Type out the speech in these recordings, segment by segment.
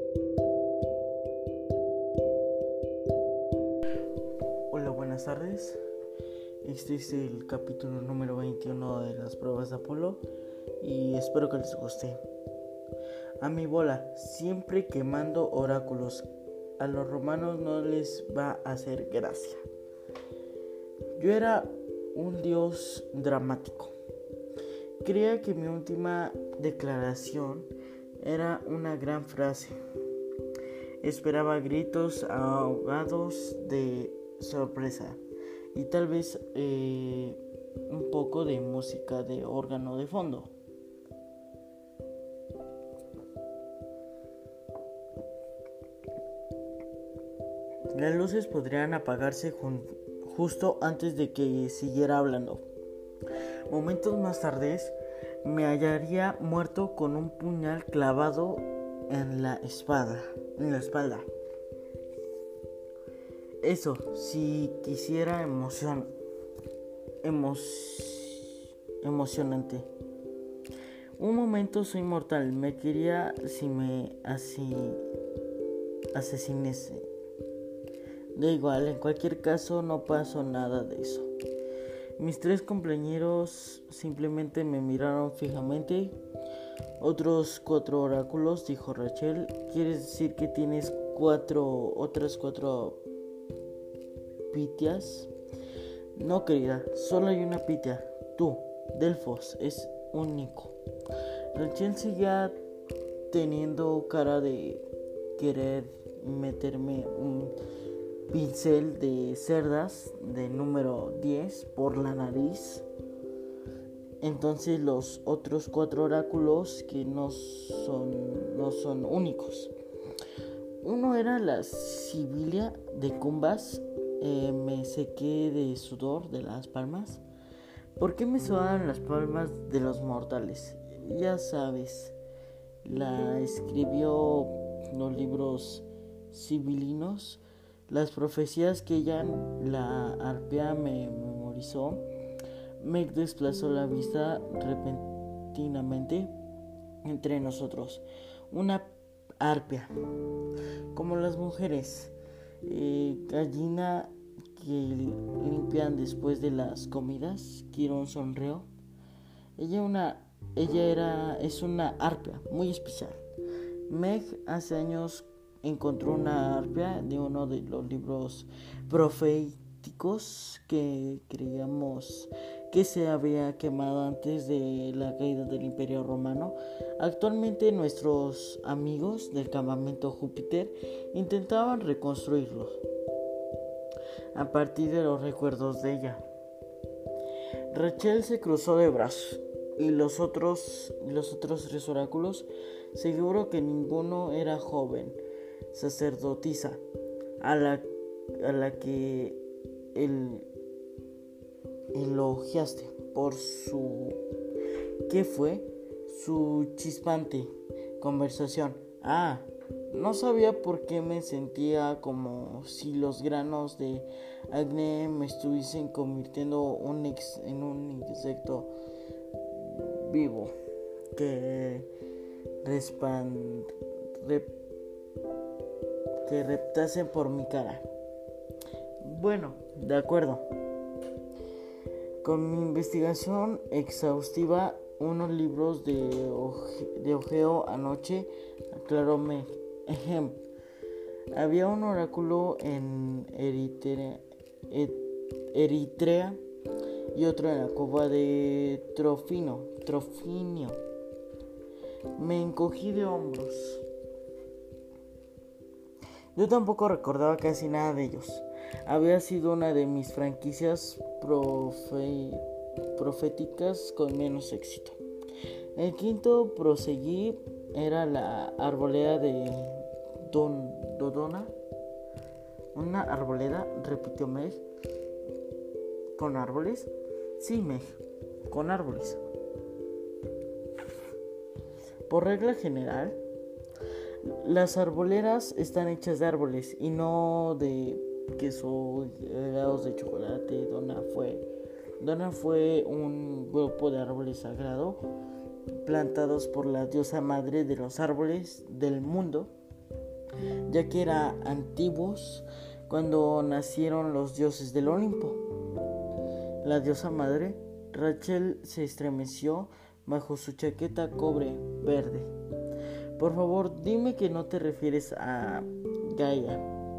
Hola, buenas tardes. Este es el capítulo número 21 de las pruebas de Apolo y espero que les guste. A mi bola, siempre quemando oráculos. A los romanos no les va a hacer gracia. Yo era un dios dramático. Creía que mi última declaración era una gran frase. Esperaba gritos ahogados de sorpresa y tal vez un poco de música de órgano de fondo. Las luces podrían apagarse justo antes de que siguiera hablando. Momentos más tarde me hallaría muerto con un puñal clavado en la espalda. Eso, si quisiera emocionante. Un momento soy mortal, me quería si me asesinase. Da igual, en cualquier caso no pasó nada de eso. Mis 3 compañeros simplemente me miraron fijamente. Otros 4 oráculos, dijo Rachel. ¿Quieres decir que tienes otras 4 pitias? No, querida, solo hay una pitia. Tú, Delfos, es único. Rachel seguía teniendo cara de querer meterme un pincel de cerdas de número 10 por la nariz. Entonces los otros 4 oráculos que no son únicos. Uno era la Sibilia de Cumbas. Me sequé de sudor de las palmas. ¿Por qué me sudaban las palmas de los mortales? Ya sabes, la escribió los libros sibilinos. Las profecías que ella, la arpía, me memorizó. Meg desplazó la vista repentinamente entre nosotros. Una arpía, como las mujeres, gallina que limpian después de las comidas. Kiron sonrió. Es una arpía muy especial. Meg hace años encontró una arpía de uno de los libros proféticos que creíamos que se había quemado antes de la caída del Imperio Romano. Actualmente nuestros amigos del campamento Júpiter intentaban reconstruirlo a partir de los recuerdos de ella. Rachel se cruzó de brazos y los otros 3 oráculos, seguro que ninguno era joven sacerdotisa a la que elogiaste por su chispante conversación. No sabía por qué me sentía como si los granos de acné me estuviesen convirtiendo en un insecto vivo que reptasen por mi cara. Bueno, de acuerdo. Con mi investigación exhaustiva, unos libros de ojeo anoche, aclaró Meg. Había un oráculo en Eritrea y otro en la cueva de Trofinio. Me encogí de hombros. Yo tampoco recordaba casi nada de ellos. Había sido una de mis franquicias proféticas con menos éxito. El quinto proseguí, era la arboleda de Dodona. ¿Una arboleda?, repitió Meg. ¿Con árboles? Sí, Meg, con árboles. Por regla general, las arboleras están hechas de árboles y no de queso, helados de chocolate. Dona fue un grupo de árboles sagrado plantados por la diosa madre de los árboles del mundo. ya que eran antiguos cuando nacieron los dioses del Olimpo. La diosa madre, Rachel, se estremeció bajo su chaqueta cobre verde. Por favor, dime que no te refieres a Gaia.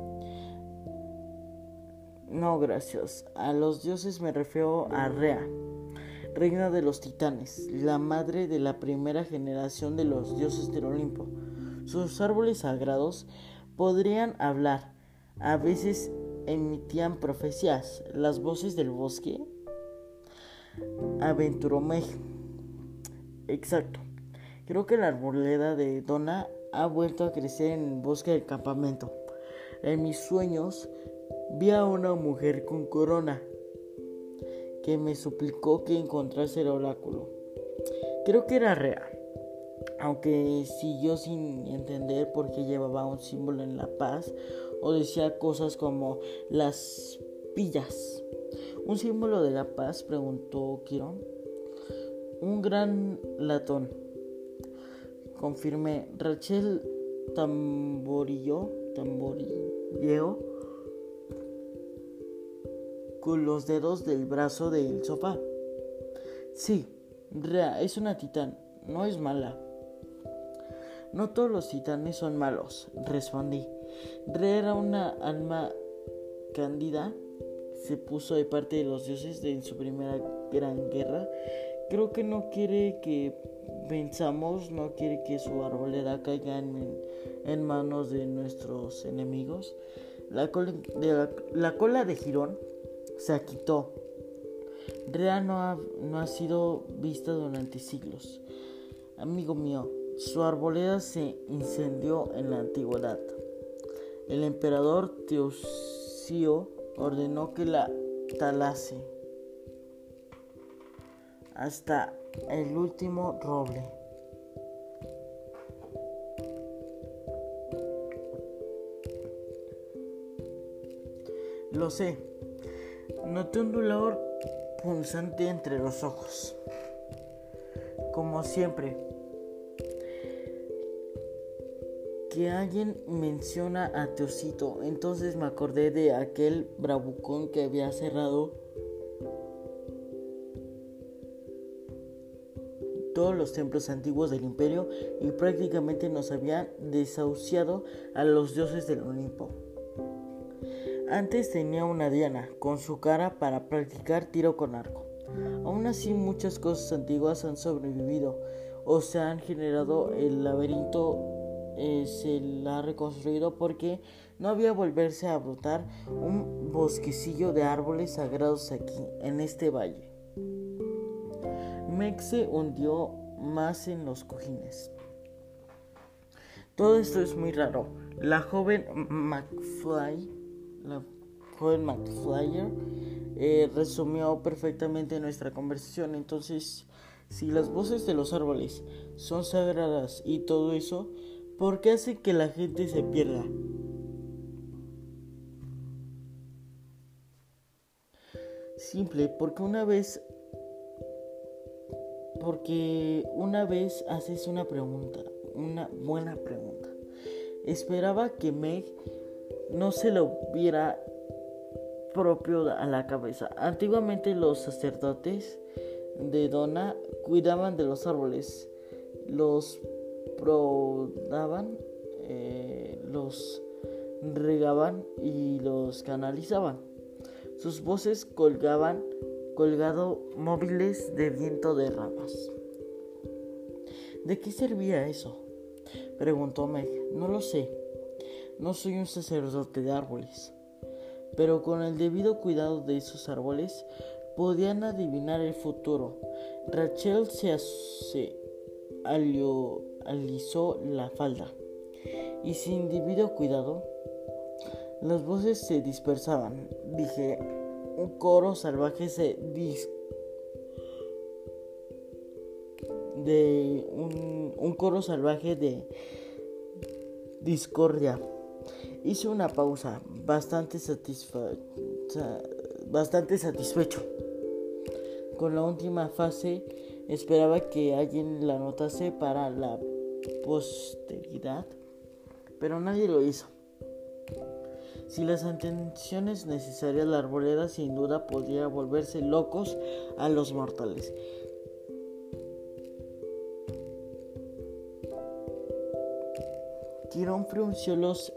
No, gracias. A los dioses me refiero a Rea, reina de los titanes, la madre de la primera generación de los dioses del Olimpo. Sus árboles sagrados podrían hablar. A veces emitían profecías. Las voces del bosque. Aventuró Meg. Exacto. Creo que la arboleda de Donna ha vuelto a crecer en el bosque del campamento. En mis sueños vi a una mujer con corona que me suplicó que encontrase el oráculo. Creo que era Rea, aunque siguió sin entender por qué llevaba un símbolo en la paz o decía cosas como las pillas. ¿Un símbolo de la paz?, preguntó Quirón. Un gran latón, confirmé. Rachel tamborilleó con los dedos del brazo del sofá. Sí, Rea es una titán, no es mala. No todos los titanes son malos, respondí. Rea era una alma cándida, se puso de parte de los dioses en su primera gran guerra. Creo que no quiere que pensamos, no quiere que su arboleda caiga en manos de nuestros enemigos. La cola de Girón se quitó. Rea no ha sido vista durante siglos. Amigo mío, su arboleda se incendió en la antigüedad. El emperador Teosío ordenó que la talase hasta el último roble. Lo sé. Noté un dolor punzante entre los ojos. Como siempre que alguien menciona a Teosito, entonces me acordé de aquel bravucón que había cerrado todos los templos antiguos del imperio y prácticamente nos había desahuciado a los dioses del Olimpo. Antes tenía una diana con su cara para practicar tiro con arco. Aún así, muchas cosas antiguas han sobrevivido o se han generado. El laberinto se la ha reconstruido porque no había volverse a brotar un bosquecillo de árboles sagrados aquí, en este valle. Meg se hundió más en los cojines. Todo esto es muy raro. La joven McFlyer resumió perfectamente nuestra conversación. Entonces, si las voces de los árboles son sagradas y todo eso, ¿por qué hace que la gente se pierda? Simple, porque una vez haces una buena pregunta. Esperaba que Meg no se lo viera propio a la cabeza. Antiguamente los sacerdotes de Donna cuidaban de los árboles, los podaban, los regaban y los canalizaban. Sus voces colgado móviles de viento de ramas. ¿De qué servía eso?, preguntó Meg. No lo sé. No soy un sacerdote de árboles, pero con el debido cuidado de esos árboles podían adivinar el futuro. Rachel se alisó la falda y sin debido cuidado las voces se dispersaban. Dije, un coro salvaje un coro salvaje de discordia. Hice una pausa, bastante satisfecho con la última fase. Esperaba que alguien la notase para la posteridad. pero nadie lo hizo. Sin las atenciones necesarias, la arboleda sin duda podría volverse locos a los mortales. Quirón frunció los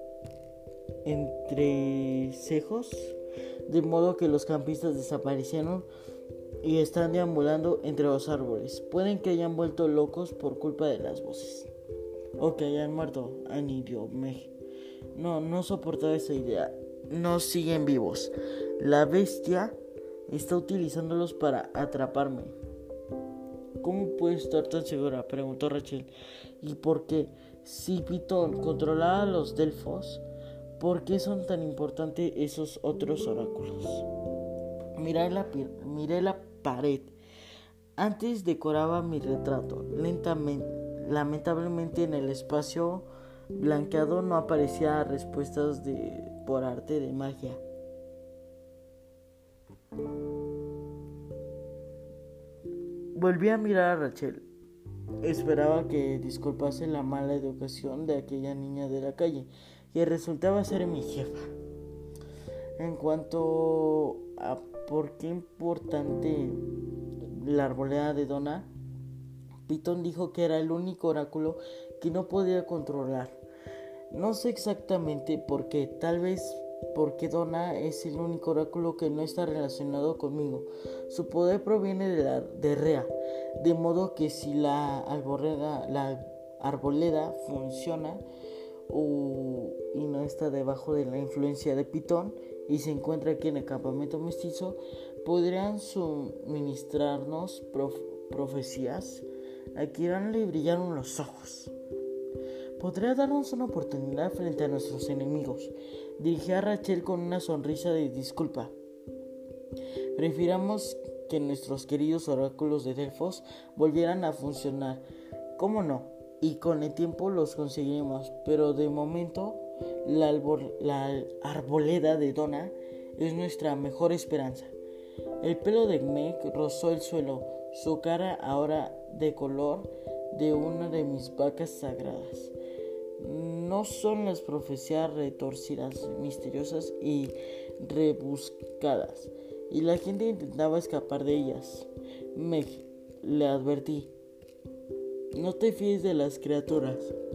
entrecejos, de modo que los campistas desaparecieron y están deambulando entre los árboles. Pueden que hayan vuelto locos por culpa de las voces, o que hayan muerto, añadió Meg. No soportaba esa idea. No siguen vivos. La bestia está utilizándolos para atraparme. ¿Cómo puedes estar tan segura?, preguntó Rachel. ¿Y por qué? Si Pitón controlaba a los Delfos, ¿por qué son tan importantes esos otros oráculos? Miré la pared. Antes decoraba mi retrato. Lamentablemente en el espacio blanqueado no aparecían respuestas por arte de magia. Volví a mirar a Rachel. Esperaba que disculpase la mala educación de aquella niña de la calle, que resultaba ser mi jefa. En cuanto a por qué importante la arboleda de Donna, Pitón dijo que era el único oráculo que no podía controlar. No sé exactamente por qué, tal vez porque Donna es el único oráculo que no está relacionado conmigo. Su poder proviene de Rea, de modo que si la arboleda funciona y no está debajo de la influencia de Pitón y se encuentra aquí en el campamento mestizo, podrían suministrarnos profecías. A Quirón le brillaron los ojos. Podría darnos una oportunidad frente a nuestros enemigos. Dirigí a Rachel con una sonrisa de disculpa. Prefiramos que nuestros queridos oráculos de Delfos volvieran a funcionar. ¿Cómo no? Y con el tiempo los conseguiremos. Pero de momento, la arboleda de Donna es nuestra mejor esperanza. El pelo de Meg rozó el suelo, su cara ahora de color de una de mis vacas sagradas. No son las profecías retorcidas, misteriosas y rebuscadas, y la gente intentaba escapar de ellas. Meg, le advertí, no te fíes de las criaturas.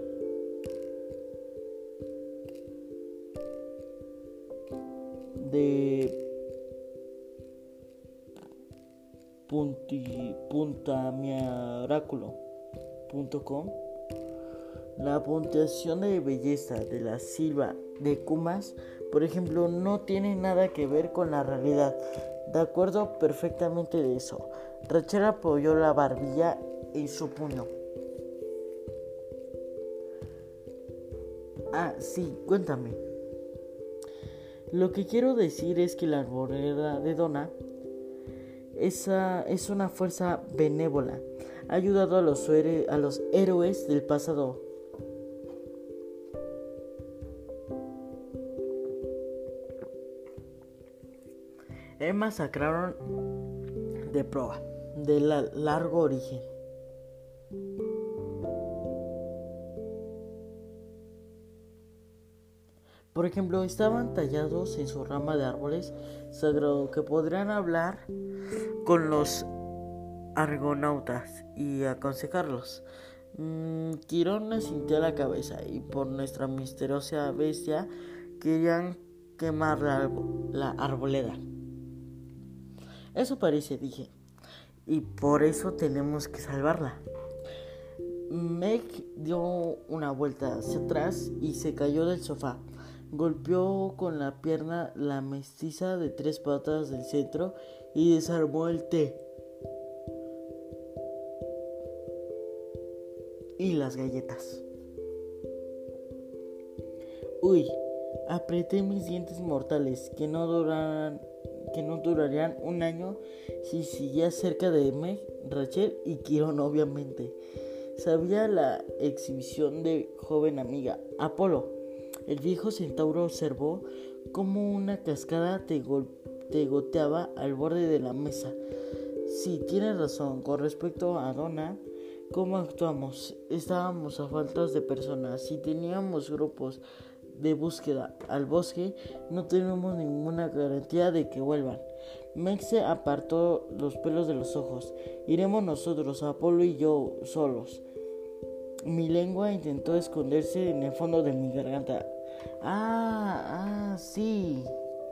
De puntamiaraculo.com. La puntuación de belleza de la Silva de Kumas, por ejemplo, no tiene nada que ver con la realidad. De acuerdo perfectamente de eso. Rachel apoyó la barbilla en su puño. Sí, cuéntame. Lo que quiero decir es que la arboleda de Donna es una fuerza benévola. Ha ayudado a los héroes del pasado. Masacraron de proa, de largo origen. Por ejemplo, estaban tallados en su rama de árboles sagrados que podrían hablar con los argonautas y aconsejarlos. Quirón asintió la cabeza y por nuestra misteriosa bestia querían quemar la arboleda. Eso parece, dije, y por eso tenemos que salvarla. Meg dio una vuelta hacia atrás y se cayó del sofá. Golpeó con la pierna la mestiza de 3 patas del centro y desarmó el té y las galletas. Uy, apreté mis dientes mortales que no durarían un año si seguía cerca de Meg, Rachel y Quirón, obviamente. Sabía la exhibición de joven amiga. Apolo, el viejo centauro, observó cómo una cascada te goteaba al borde de la mesa. Sí, tienes razón. Con respecto a Donna, ¿Cómo actuamos? Estábamos a faltas de personas. Si teníamos grupos de búsqueda al bosque, no tenemos ninguna garantía de que vuelvan. Meg se apartó los pelos de los ojos. Iremos nosotros, Apolo y yo, solos. Mi lengua intentó esconderse en el fondo de mi garganta. Sí.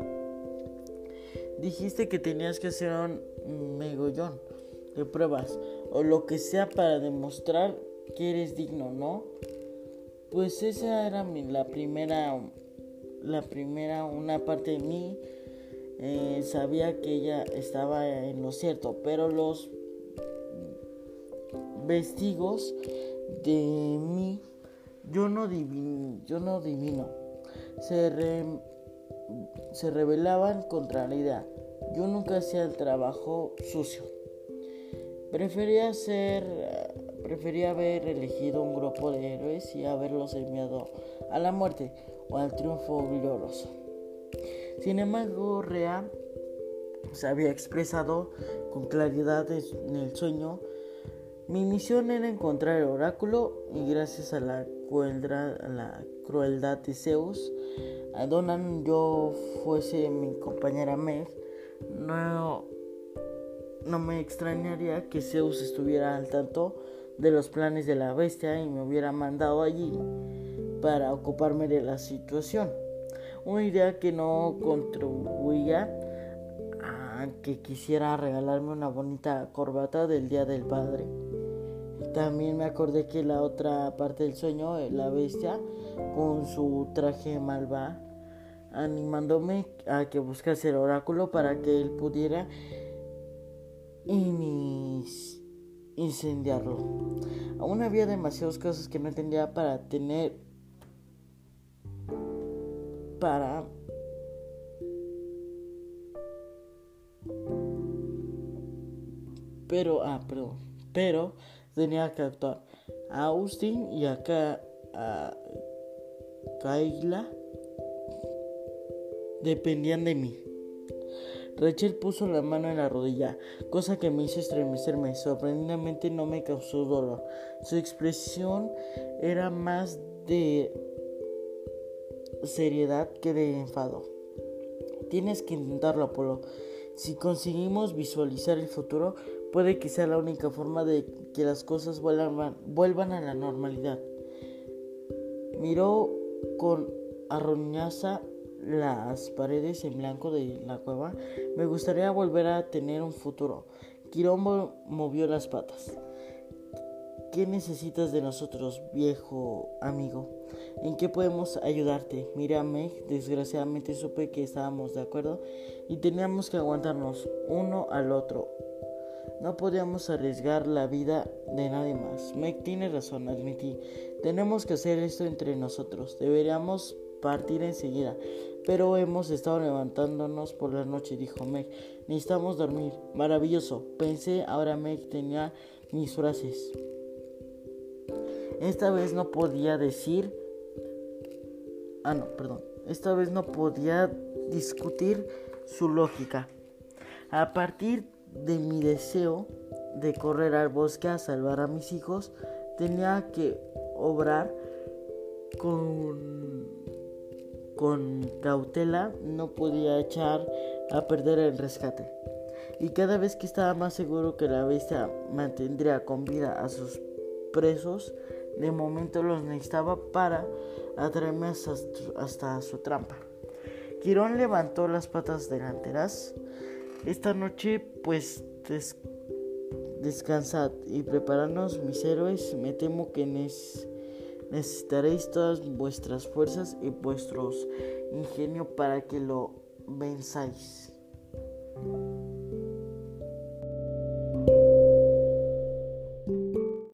Dijiste que tenías que hacer un megollón de pruebas o lo que sea para demostrar que eres digno, ¿no? Pues esa era la primera, una parte de mí sabía que ella estaba en lo cierto, pero los vestigos de mí, yo no adivino, se rebelaban contra la idea. Yo nunca hacía el trabajo sucio. Prefería haber elegido un grupo de héroes y haberlos enviado a la muerte o al triunfo glorioso. Sin embargo, Rea se había expresado con claridad en el sueño. Mi misión era encontrar el oráculo y gracias a la crueldad de Zeus, a Donan yo fuese mi compañera Meg, no me extrañaría que Zeus estuviera al tanto de los planes de la bestia y me hubiera mandado allí para ocuparme de la situación. Una idea que no contribuía a que quisiera regalarme una bonita corbata del Día del Padre. También me acordé que la otra parte del sueño, la bestia, con su traje malva, animándome a que buscase el oráculo para que él pudiera incendiarlo. Aún había demasiadas cosas que no entendía pero tenía que actuar. A Austin y a Kayla dependían de mí. Rachel puso la mano en la rodilla, cosa que me hizo estremecerme. Sorprendentemente no me causó dolor. Su expresión era más de seriedad que de enfado. Tienes que intentarlo, Apolo. Si conseguimos visualizar el futuro, puede que sea la única forma de que las cosas vuelvan a la normalidad. Miró con arroñaza las paredes en blanco de la cueva. Me gustaría volver a tener un futuro. Quirón movió las patas. ¿Qué necesitas de nosotros, viejo amigo? ¿En qué podemos ayudarte? Mira, Meg, desgraciadamente supe que estábamos de acuerdo y teníamos que aguantarnos uno al otro. No podíamos arriesgar la vida de nadie más. Meg tiene razón, admití. Tenemos que hacer esto entre nosotros. Deberíamos partir enseguida, pero hemos estado levantándonos por la noche, dijo Meg. Necesitamos dormir. Maravilloso, pensé. Ahora Meg tenía mis frases. Esta vez no podía discutir su lógica. A partir de mi deseo de correr al bosque a salvar a mis hijos, tenía que obrar con cautela. No podía echar a perder el rescate. Y cada vez que estaba más seguro que la bestia mantendría con vida a sus presos, de momento los necesitaba para atraerme hasta su trampa. Quirón levantó las patas delanteras. Esta noche, pues, descansad y prepararnos, mis héroes. Me temo que necesitaréis todas vuestras fuerzas y vuestro ingenio para que lo venzáis.